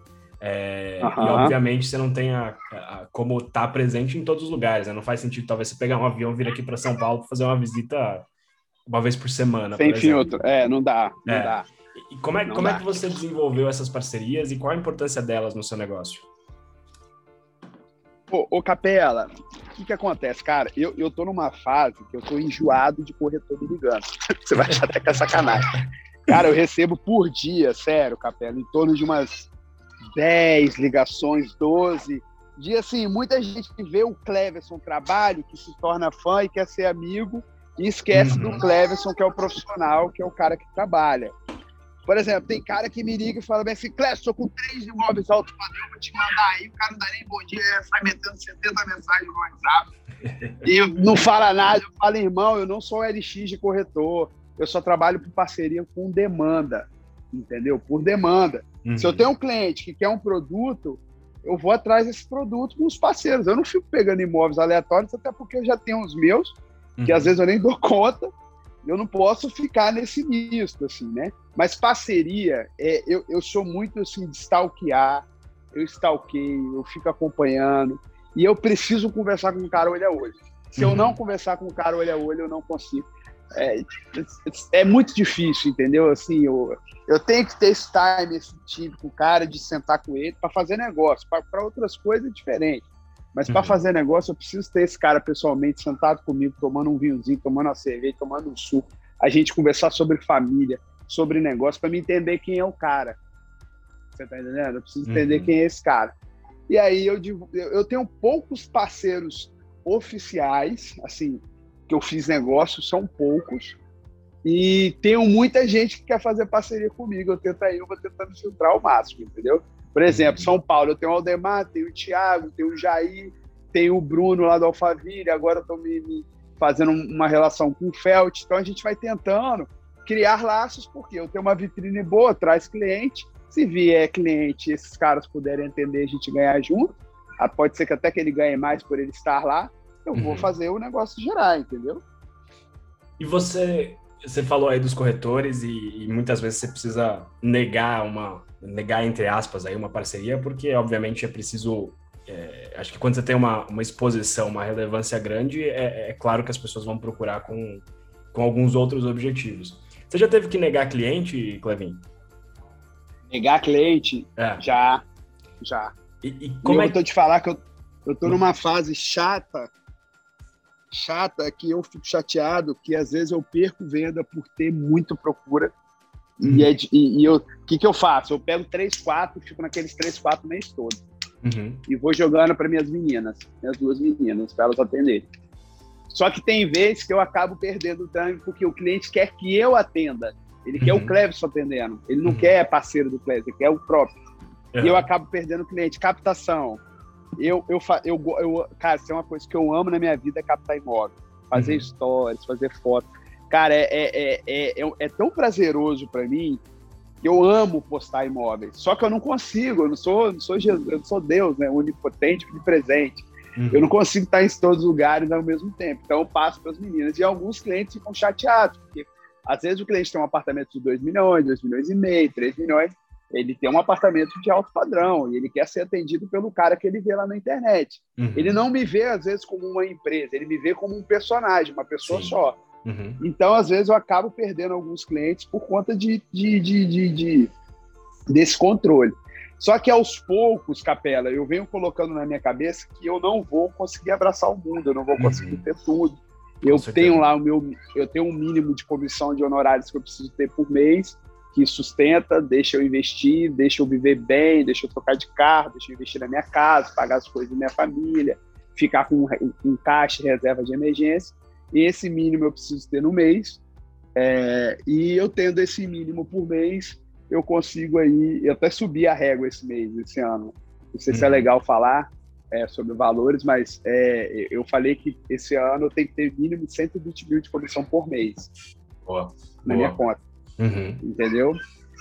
É, uhum. E obviamente você não tem a, a, como estar tá presente em todos os lugares, né? Não faz sentido talvez você pegar um avião e vir aqui para São Paulo para fazer uma visita uma vez por semana. Sem filtro, é, não dá, não é. dá. E como é, como é que você desenvolveu essas parcerias e qual a importância delas no seu negócio? Ô, ô Capela, o que que acontece, cara? Eu, eu tô numa fase que eu tô enjoado de corretor me ligando. Você vai achar até que é sacanagem. Cara, eu recebo por dia, sério, Capela, em torno de umas dez ligações, doze. De assim, muita gente que vê o Cleverson trabalho, que se torna fã e quer ser amigo, e esquece uhum. do Cleverson, que é o profissional, que é o cara que trabalha. Por exemplo, tem cara que me liga e fala bem assim, Cleverson, estou com três imóveis alto padrão, vou te mandar aí, o cara não dá nem bom dia, sai metendo setenta mensagens no WhatsApp, e não fala nada, eu falo, irmão, eu não sou L X de corretor, eu só trabalho por parceria com demanda, entendeu? Por demanda. Uhum. Se eu tenho um cliente que quer um produto, eu vou atrás desse produto com os parceiros. Eu não fico pegando imóveis aleatórios, até porque eu já tenho os meus, uhum. que às vezes eu nem dou conta. Eu não posso ficar nesse misto, assim, né? Mas parceria, é, eu, eu sou muito, assim, de stalkear. Eu stalkeio, eu fico acompanhando. E eu preciso conversar com o cara olho a olho. Se uhum. eu não conversar com o cara olho a olho, eu não consigo. É, é muito difícil, entendeu? Assim, eu, eu tenho que ter esse time, esse time com o cara, de sentar com ele para fazer negócio. Para outras coisas é diferente. Mas uhum. para fazer negócio, eu preciso ter esse cara pessoalmente sentado comigo, tomando um vinhozinho, tomando uma cerveja, tomando um suco. A gente conversar sobre família, sobre negócio, para me entender quem é o cara. Você tá entendendo? Eu preciso uhum. entender quem é esse cara. E aí eu, eu tenho poucos parceiros oficiais, assim, que eu fiz negócio, são poucos, e tenho muita gente que quer fazer parceria comigo, eu tento aí, eu vou tentando filtrar ao máximo, entendeu? Por exemplo, São Paulo, eu tenho o Aldemar, tenho o Thiago, tenho o Jair, tenho o Bruno lá do Alphaville, agora estou me, me fazendo uma relação com o Felt, então a gente vai tentando criar laços, porque eu tenho uma vitrine boa, traz cliente, se vier cliente e esses caras puderem entender, a gente ganhar junto, pode ser que até que ele ganhe mais por ele estar lá, eu vou uhum. fazer o negócio girar, entendeu? E você, você falou aí dos corretores e, e muitas vezes você precisa negar uma, negar entre aspas aí uma parceria, porque obviamente é preciso, é, acho que quando você tem uma, uma exposição, uma relevância grande, é, é claro que as pessoas vão procurar com, com alguns outros objetivos. Você já teve que negar cliente, Clevin? Negar cliente? É. Já, já. E, e como e é eu tô te falar que eu, eu tô numa fase chata, chata, que eu fico chateado, que às vezes eu perco venda por ter muita procura. Uhum. E, é de, e, e eu, o que, que eu faço? Eu pego três, quatro, fico naqueles três, quatro mês todo. Uhum. E vou jogando para minhas meninas, minhas duas meninas, para elas atenderem. Só que tem vezes que eu acabo perdendo o time porque o cliente quer que eu atenda. Ele uhum. quer o Cleverson atendendo. Ele não uhum. quer parceiro do Cleverson, ele quer o próprio. Uhum. E eu acabo perdendo o cliente. Captação. Eu, eu, eu, eu, cara, isso é uma coisa que eu amo na minha vida, é captar imóvel. Fazer uhum. stories, fazer foto. Cara, é, é, é, é, é tão prazeroso para mim que eu amo postar imóveis. Só que eu não consigo, eu não sou, não sou, Jesus, eu não sou Deus, né? Onipotente, onipresente. Uhum. Eu não consigo estar em todos os lugares ao mesmo tempo. Então eu passo para as meninas. E alguns clientes ficam chateados, porque às vezes o cliente tem um apartamento de dois milhões, dois milhões e meio, três milhões. Ele tem um apartamento de alto padrão e ele quer ser atendido pelo cara que ele vê lá na internet. Uhum. Ele não me vê, às vezes, como uma empresa, ele me vê como um personagem, uma pessoa Sim. só. Uhum. Então, às vezes, eu acabo perdendo alguns clientes por conta de, de, de, de, de, desse controle. Só que, aos poucos, Capela, eu venho colocando na minha cabeça que eu não vou conseguir abraçar o mundo, eu não vou conseguir uhum. ter tudo. Eu tenho lá o meu, eu tenho um mínimo de comissão de honorários que eu preciso ter por mês, que sustenta, deixa eu investir, deixa eu viver bem, deixa eu trocar de carro, deixa eu investir na minha casa, pagar as coisas da minha família, ficar com um caixa, reserva de emergência. E esse mínimo eu preciso ter no mês. É, e eu tendo esse mínimo por mês, eu consigo aí, eu até subi a régua esse mês, esse ano. Não sei hum. se é legal falar é, sobre valores, mas é, eu falei que esse ano eu tenho que ter mínimo de cento e vinte mil de comissão por mês. Boa. Na Boa. minha conta. Uhum. Entendeu?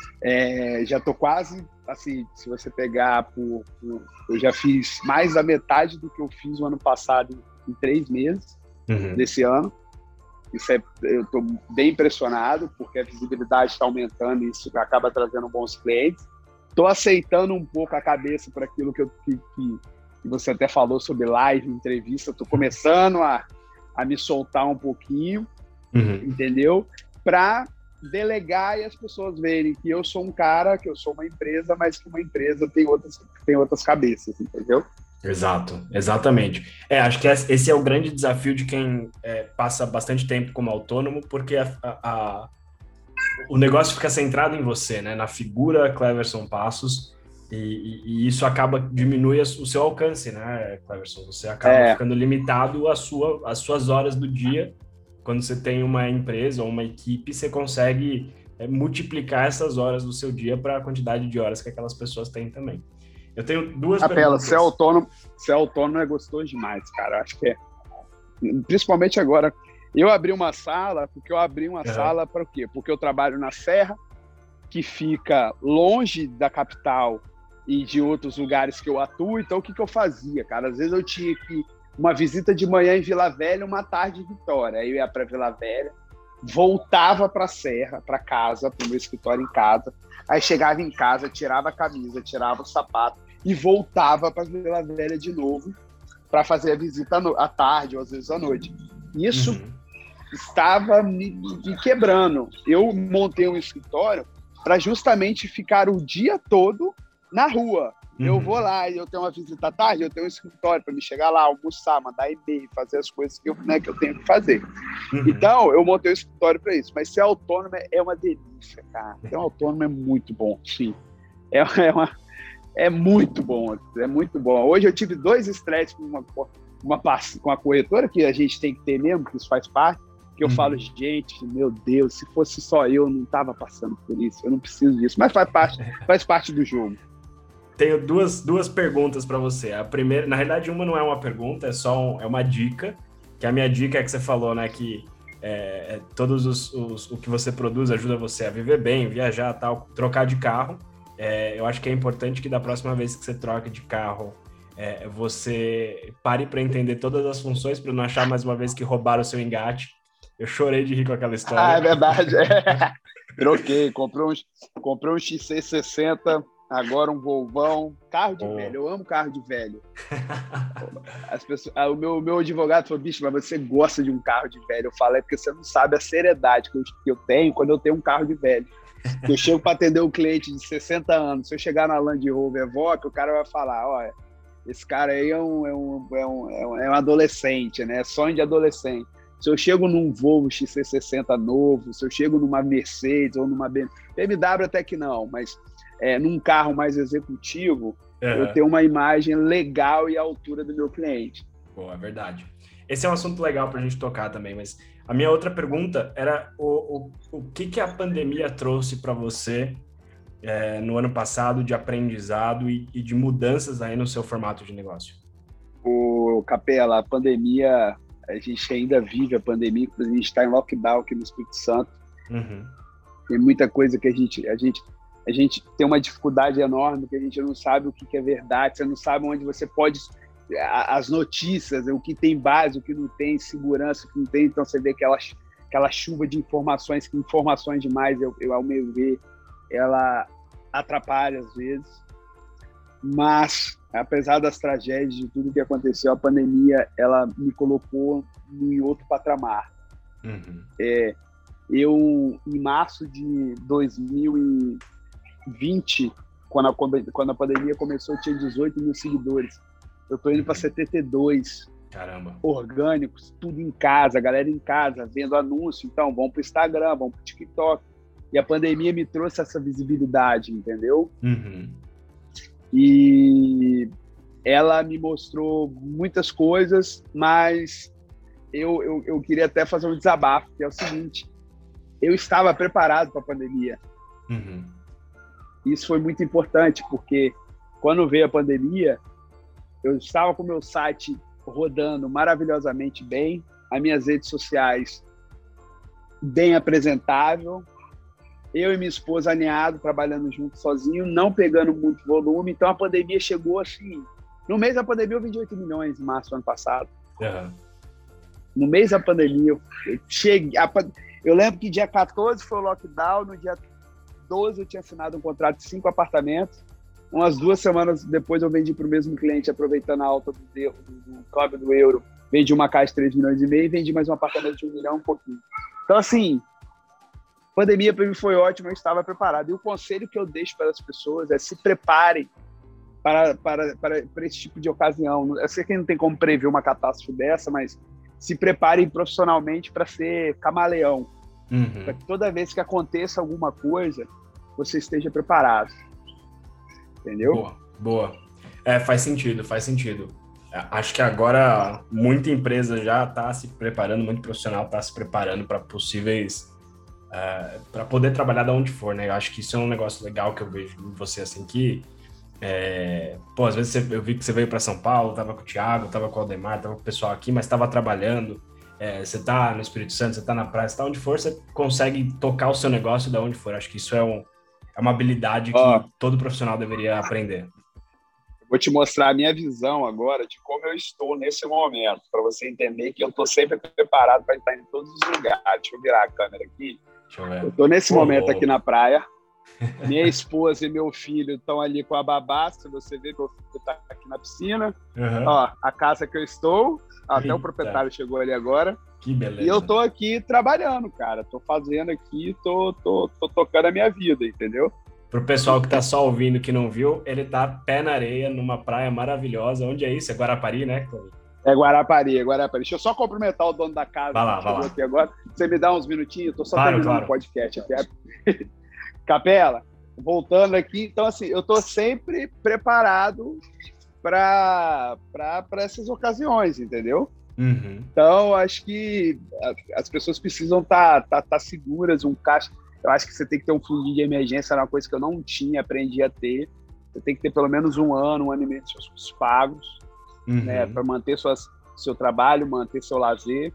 É, já tô quase, assim, se você pegar por, por... Eu já fiz mais da metade do que eu fiz o ano passado em três meses uhum. desse ano. Isso é, eu tô bem impressionado, porque a visibilidade está aumentando e isso acaba trazendo bons clientes. Tô aceitando um pouco a cabeça para aquilo que, eu, que, que, que você até falou sobre live, entrevista. Tô começando a, a me soltar um pouquinho, uhum. entendeu? Para delegar e as pessoas verem que eu sou um cara, que eu sou uma empresa, mas que uma empresa tem outras, tem outras cabeças, entendeu? Exato, exatamente. É, acho que esse é o grande desafio de quem é, passa bastante tempo como autônomo, porque a, a, o negócio fica centrado em você, né? Na figura Cleverson Passos, e, e, e isso acaba, diminui o seu alcance, né, Cleverson? Você acaba É, ficando limitado às sua, às suas horas do dia. Quando você tem uma empresa ou uma equipe, você consegue é, multiplicar essas horas do seu dia para a quantidade de horas que aquelas pessoas têm também. Eu tenho duas Capela, perguntas. ser autônomo, ser autônomo é gostoso demais, cara. Acho que é. Principalmente agora. Eu abri uma sala, porque eu abri uma uhum. sala para o quê? Porque eu trabalho na Serra, que fica longe da capital e de outros lugares que eu atuo. Então, o que, que eu fazia, cara? Às vezes eu tinha que uma visita de manhã em Vila Velha, uma tarde em Vitória. Aí eu ia para Vila Velha, voltava para a Serra, para casa, para o meu escritório em casa. Aí chegava em casa, tirava a camisa, tirava o sapato e voltava para Vila Velha de novo para fazer a visita à tarde ou às vezes à noite. Isso uhum. estava me, me quebrando. Eu montei um escritório para justamente ficar o dia todo na rua. Uhum. Eu vou lá e eu tenho uma visita à tarde, eu tenho um escritório para me chegar lá, almoçar, mandar e-mail, fazer as coisas que eu, né, que eu tenho que fazer. Uhum. Então, eu montei um escritório para isso. Mas ser autônomo é uma delícia, cara. Ser autônomo é muito bom, sim. É, é, uma, é muito bom, é muito bom. Hoje eu tive dois estresses com uma, uma, com a corretora, que a gente tem que ter mesmo, que isso faz parte, que eu uhum. falo, gente, meu Deus, se fosse só eu, não estava passando por isso, eu não preciso disso. Mas faz parte, faz parte do jogo. Tenho duas, duas perguntas para você. A primeira, na realidade, uma não é uma pergunta, é só um, é uma dica, que a minha dica é que você falou, né, que é, todos os, os o que você produz ajuda você a viver bem, viajar, tal, trocar de carro. É, eu acho que é importante que da próxima vez que você troca de carro, é, você pare para entender todas as funções, para não achar mais uma vez que roubaram o seu engate. Eu chorei de rir com aquela história. Ah, é verdade. É. Troquei, comprei um, comprei um X C sessenta, agora um Volvão, carro de oh. velho. Eu amo carro de velho. As pessoas, o meu, meu advogado falou, bicho, mas você gosta de um carro de velho? Eu falei, é porque você não sabe a seriedade que eu, que eu tenho quando eu tenho um carro de velho. Eu chego para atender um cliente de sessenta anos, se eu chegar na Land Rover Evoque, o cara vai falar, olha, esse cara aí é um, é um, é um, é um, é um adolescente, né? É sonho de adolescente. Se eu chego num Volvo X C sessenta novo, se eu chego numa Mercedes ou numa B M W, até que não, mas é, num carro mais executivo, uhum. eu tenho uma imagem legal e à altura do meu cliente. Pô, é verdade. Esse é um assunto legal para a gente tocar também, mas a minha outra pergunta era o, o, o que, que a pandemia trouxe para você é, no ano passado de aprendizado e, e de mudanças aí no seu formato de negócio? O Capela, a pandemia... A gente ainda vive a pandemia, a gente está em lockdown aqui no Espírito Santo. Uhum. Tem muita coisa que a gente, a, gente, a gente tem uma dificuldade enorme, que a gente não sabe o que é verdade, você não sabe onde você pode... As notícias, o que tem base, o que não tem, segurança, o que não tem. Então você vê aquela, aquela chuva de informações, que informações demais, eu, eu, ao meu ver, ela atrapalha às vezes. Mas... apesar das tragédias, de tudo que aconteceu, a pandemia, ela me colocou em outro patamar. Uhum. É, eu, em março de dois mil e vinte, quando a, quando a pandemia começou, eu tinha dezoito mil seguidores. Eu tô indo para setenta e dois. Caramba. Orgânicos, tudo em casa, a galera em casa, vendo anúncio. Então, vão pro Instagram, vão pro TikTok. E a pandemia me trouxe essa visibilidade, entendeu? Uhum. E ela me mostrou muitas coisas, mas eu, eu, eu queria até fazer um desabafo, que é o seguinte, eu estava preparado para a pandemia. Uhum. Isso foi muito importante, porque quando veio a pandemia, eu estava com o meu site rodando maravilhosamente bem, as minhas redes sociais bem apresentável, eu e minha esposa alinhado, trabalhando junto sozinho, não pegando muito volume. Então a pandemia chegou assim. No mês da pandemia eu vendi oito milhões em março do ano passado. Uhum. No mês da pandemia eu cheguei. A, eu lembro que dia quatorze foi o lockdown, no dia doze eu tinha assinado um contrato de cinco apartamentos. Umas duas semanas depois eu vendi para o mesmo cliente, aproveitando a alta do, do, do câmbio do euro. Vendi uma casa de três milhões e meio e vendi mais um apartamento de um milhão, um pouquinho. Então assim. A pandemia para mim foi ótima, eu estava preparado. E o conselho que eu deixo para as pessoas é se preparem para, para, para, para esse tipo de ocasião. Eu sei que não tem como prever uma catástrofe dessa, mas se preparem profissionalmente para ser camaleão. Uhum. Para que toda vez que aconteça alguma coisa, você esteja preparado. Entendeu? Boa, boa. É, faz sentido, faz sentido. Acho que agora muita empresa já está se preparando, muito profissional está se preparando para possíveis, uh, para poder trabalhar de onde for, né? Eu acho que isso é um negócio legal que eu vejo em você, assim, que, é, pô, às vezes você, eu vi que você veio para São Paulo, tava com o Thiago, tava com o Aldemar, tava com o pessoal aqui, mas estava trabalhando, é, você tá no Espírito Santo, você tá na praia, você tá onde for, você consegue tocar o seu negócio de onde for. Acho que isso é, um, é uma habilidade Ó, que todo profissional deveria aprender. vou te mostrar a minha visão agora de como eu estou nesse momento, para você entender que eu estou sempre preparado para estar em todos os lugares. Deixa eu virar a câmera aqui. Deixa eu ver. Eu estou nesse Pô, momento aqui na praia. Minha esposa e meu filho estão ali com a babá. Se você ver, meu filho está aqui na piscina. Uhum. Ó, a casa que eu estou. Até Eita. o proprietário chegou ali agora. Que beleza. E eu estou aqui trabalhando, cara. Estou fazendo aqui, estou tô, tô, tô tocando a minha vida, entendeu? Pro pessoal que tá só ouvindo, que não viu, ele tá pé na areia, numa praia maravilhosa. Onde é isso? É Guarapari, né, Cláudio? É Guarapari, é Guarapari. Deixa eu só cumprimentar o dono da casa. Vai lá, que vai chegou lá. aqui agora. Você me dá uns minutinhos? Eu tô só Claro, terminando claro. o podcast aqui. Capela, voltando aqui. Então, assim, eu tô sempre preparado para essas ocasiões, entendeu? Uhum. Então, acho que as pessoas precisam estar tá, tá, tá seguras, um caixa. Eu acho que você tem que ter um fundo de emergência, era uma coisa que eu não tinha, aprendi a ter. Você tem que ter pelo menos um ano, um ano e meio de seus custos pagos, Uhum. né, para manter suas, seu trabalho, manter seu lazer.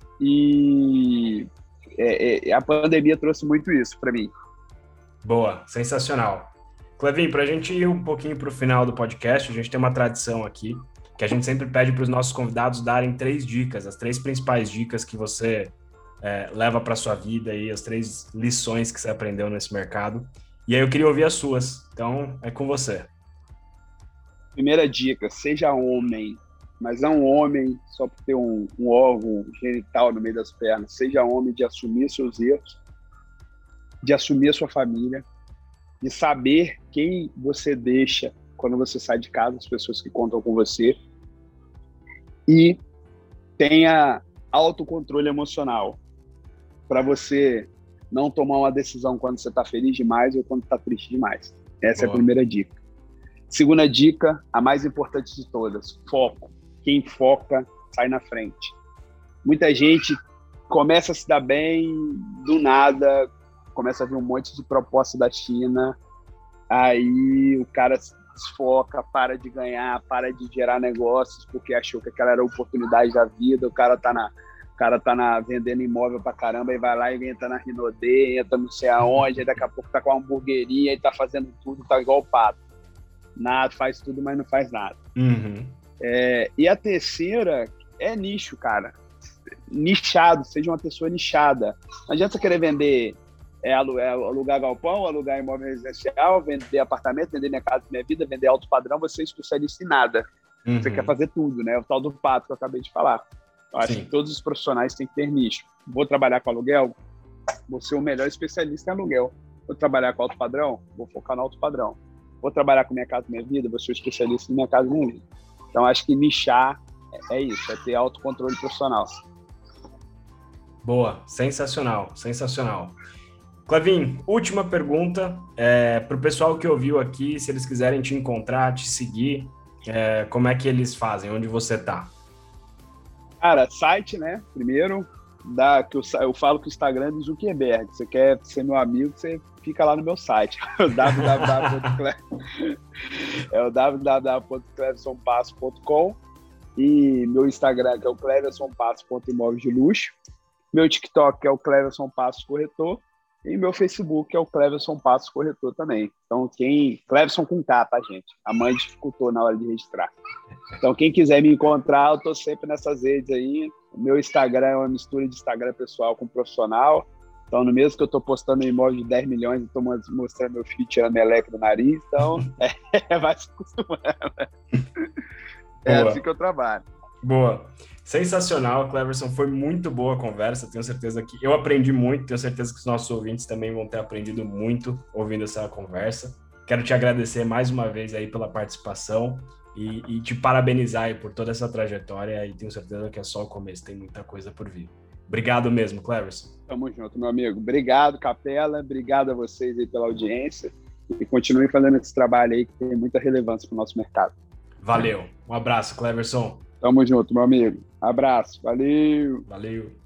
E é, é, a pandemia trouxe muito isso para mim. Boa, sensacional. Clevinho, para a gente ir um pouquinho para o final do podcast, a gente tem uma tradição aqui, que a gente sempre pede para os nossos convidados darem três dicas, as três principais dicas que você é, leva para sua vida e as três lições que você aprendeu nesse mercado. E aí eu queria ouvir as suas, então é com você. Primeira dica, seja homem, mas não homem só por ter um, um órgão genital no meio das pernas, seja homem de assumir seus erros, de assumir a sua família, de saber quem você deixa quando você sai de casa, as pessoas que contam com você, e tenha autocontrole emocional para você não tomar uma decisão quando você está feliz demais ou quando está triste demais. Essa Boa. É a primeira dica. Segunda dica, a mais importante de todas, foco. Quem foca sai na frente. Muita gente começa a se dar bem, do nada, começa a vir um monte de proposta da China, aí o cara se desfoca, para de ganhar, para de gerar negócios, porque achou que aquela era a oportunidade da vida, o cara tá na, o cara tá na, vendendo imóvel pra caramba, e vai lá e entra na Rinodê, entra não sei aonde, aí daqui a pouco tá com uma hamburgueria e tá fazendo tudo, tá igual o pato. Nada, faz tudo, mas não faz nada. Uhum. É, e a terceira é nicho, cara. Nichado, seja uma pessoa nichada. Não adianta você querer vender é, alugar galpão, alugar imóvel residencial, vender apartamento, vender minha casa, minha vida, vender alto padrão, você é especialista em nada. Uhum. Você quer fazer tudo, né? O tal do pato que eu acabei de falar. Eu acho Sim. que todos os profissionais têm que ter nicho. Vou trabalhar com aluguel, vou ser o melhor especialista em aluguel. Vou trabalhar com alto padrão, vou focar no alto padrão. Vou trabalhar com minha casa, minha vida, vou ser o especialista em minha casa, minha vida. Então, acho que nichar é isso, é ter autocontrole profissional. Boa, sensacional, sensacional. Clevinho, última pergunta é, para o pessoal que ouviu aqui, se eles quiserem te encontrar, te seguir, é, como é que eles fazem? Onde você está? Cara, site, né? Primeiro, da, que eu, eu falo que o Instagram é do Zuckerberg. Você quer ser meu amigo, você fica lá no meu site. É o w w w ponto cleverson passo ponto com e meu Instagram que é o cleverson passo ponto imóveis de luxo. Meu TikTok é o Cleverson Passos Corretor e meu Facebook é o Cleverson Passos Corretor também. Então, quem... Cleverson com K, tá, gente? A mãe dificultou na hora de registrar. Então, quem quiser me encontrar, eu tô sempre nessas redes aí. O meu Instagram é uma mistura de Instagram pessoal com profissional. Então, no mesmo que eu tô postando um imóvel de dez milhões, eu tô mostrando meu filho tirando meleca do nariz. Então, é, vai se acostumando. É assim que eu trabalho. Boa. Sensacional, Cleverson, foi muito boa a conversa, tenho certeza que eu aprendi muito, tenho certeza que os nossos ouvintes também vão ter aprendido muito ouvindo essa conversa. Quero te agradecer mais uma vez aí pela participação e, e te parabenizar aí por toda essa trajetória e tenho certeza que é só o começo, tem muita coisa por vir. Obrigado mesmo, Cleverson. Tamo junto, meu amigo. Obrigado, Capela. Obrigado a vocês aí pela audiência. E continuem fazendo esse trabalho aí que tem muita relevância para o nosso mercado. Valeu. Um abraço, Cleverson. Tamo junto, meu amigo. Abraço. Valeu. Valeu.